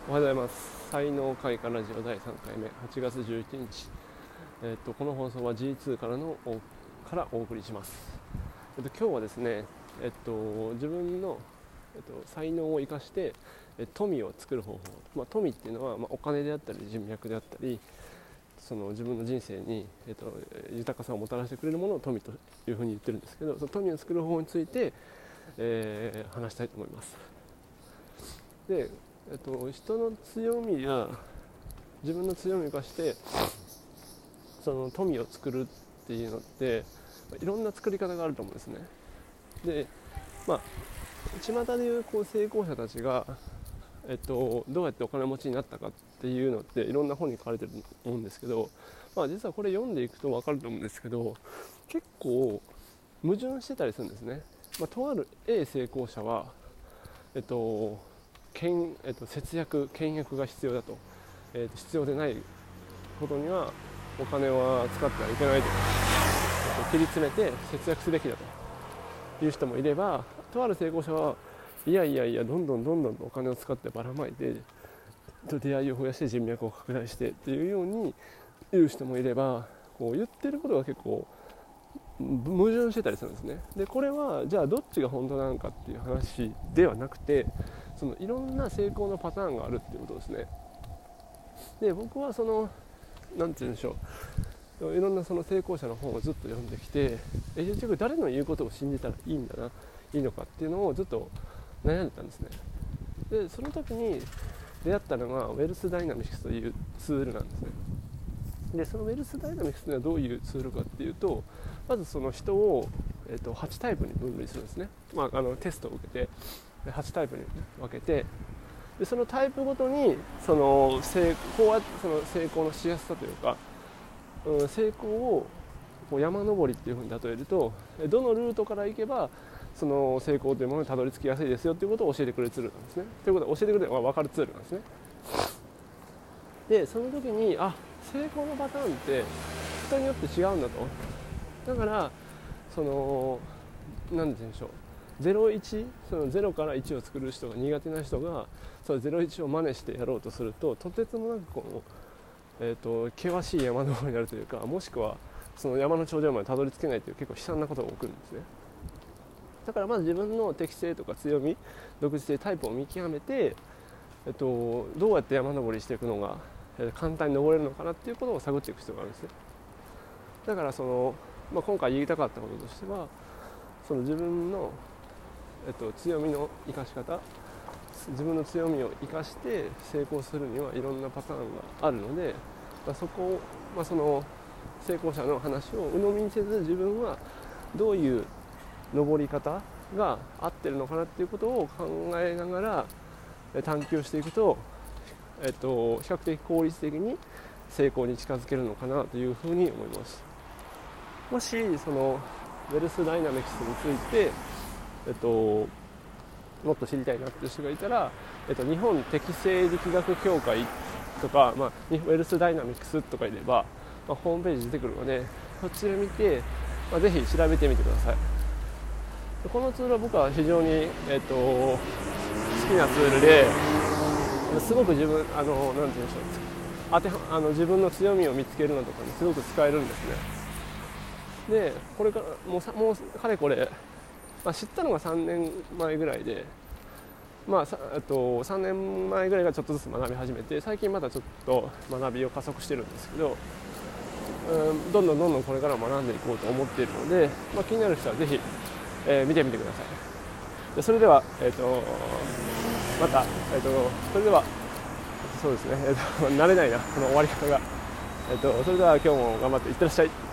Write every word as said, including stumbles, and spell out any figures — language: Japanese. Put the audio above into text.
おはようございます。才能開花ラジオだいさんかいめ、はちがつじゅういちにち、えっと、この放送は ジーツー からのからお送りします。えっと、今日はですね、えっと、自分の、えっと、才能を生かして富を作る方法、まあ、富っていうのは、まあ、お金であったり人脈であったり、その自分の人生に、えっと、豊かさをもたらしてくれるものを富というふうに言ってるんですけど、その富を作る方法について、えー、話したいと思います。でえっと、人の強みや自分の強みを生かしてその富を作るっていうのっていろんな作り方があると思うんですね。で、まあ巷でいうこう成功者たちが、えっと、どうやってお金持ちになったかっていうのっていろんな本に書かれてると思うんですけど、まあ、実はこれ読んでいくと分かると思うんですけど、結構矛盾してたりするんですね。まあ、とある A 成功者は、えっと倹えっと、節約、倹約が必要だと、えっと、必要でないことにはお金は使ってはいけないと、えっと、切り詰めて節約すべきだという人もいれば、とある成功者はいやいやいやどんどんどんどんお金を使ってばらまいて出会いを増やして人脈を拡大してっていうように言う人もいれば、こう言ってることが結構矛盾してたりするんですね。でこれはじゃあどっちが本当なのかっていう話ではなくて、そのいろんな成功のパターンがあるっていうことですね。で僕はそのなんて言うんでしょう、いろんなその成功者の本をずっと読んできて、え結局誰の言うことを信じたらいいんだないいのかっていうのをずっと悩んでたんですね。でその時に出会ったのがウェルスダイナミクスというツールなんですね。でそのウェルスダイナミクスというのはどういうツールかっていうと、まずその人を、えー、とはちタイプに分類するんですね。まあ、あのテストを受けてはちタイプに分けて、でそのタイプごとにその成功はその成功のしやすさというか、うん、成功をこう山登りっていうふうに例えると、どのルートから行けばその成功というものにたどり着きやすいですよということを教えてくれるツールなんですね。ということは教えてくれるのが分かるツールなんですね。でその時にあ成功のパターンって人によって違うんだと。だからその何て言うんでしょう、ゼロイチ、そのゼロからいちを作る人が苦手な人がそのゼロイチを真似してやろうとすると、とてつもなくこの、えーと、険しい山登りになるというか、もしくはその山の頂上までたどり着けないという結構悲惨なことが起こるんですね。だからまず自分の適性とか強み、独自性、タイプを見極めて、えーと、どうやって山登りしていくのが簡単に登れるのかなっていうことを探っていく必要があるんですね。だからその、まあ、今回言いたかったこととしては、その自分の、えっと、強みの生かし方、自分の強みを生かして成功するにはいろんなパターンがあるので、まあ、そこを、まあ、その成功者の話を鵜呑みにせず、自分はどういう登り方が合ってるのかなっていうことを考えながら探求していくと、えっと、比較的効率的に成功に近づけるのかなというふうに思います。もしそのウェルスダイナミクスについて、えっと、もっと知りたいなっていう人がいたら、えっと、日本適正力学協会とか、まあ、ウェルスダイナミクスとかいれば、まあ、ホームページ出てくるので、こちら見て、まあ、ぜひ調べてみてください。このツールは僕は非常に、えっと、好きなツールで、すごく自分あのなんて言うんでしょう、当てあの自分の強みを見つけるのとかにすごく使えるんですね。でこれからもうさもうかれこれ、まあ、知ったのがさんねんまえぐらいで、まあさえっと、さんねんまえぐらいがちょっとずつ学び始めて、最近またちょっと学びを加速してるんですけど、うん、どんどんどんどんこれから学んでいこうと思っているので、まあ、気になる人はぜひ、えー、見てみてください。でそれでは、えーとまた、えー、とそれではそうですね、えー、と慣れないなこの終わり方が、えー、とそれでは今日も頑張っていってらっしゃい。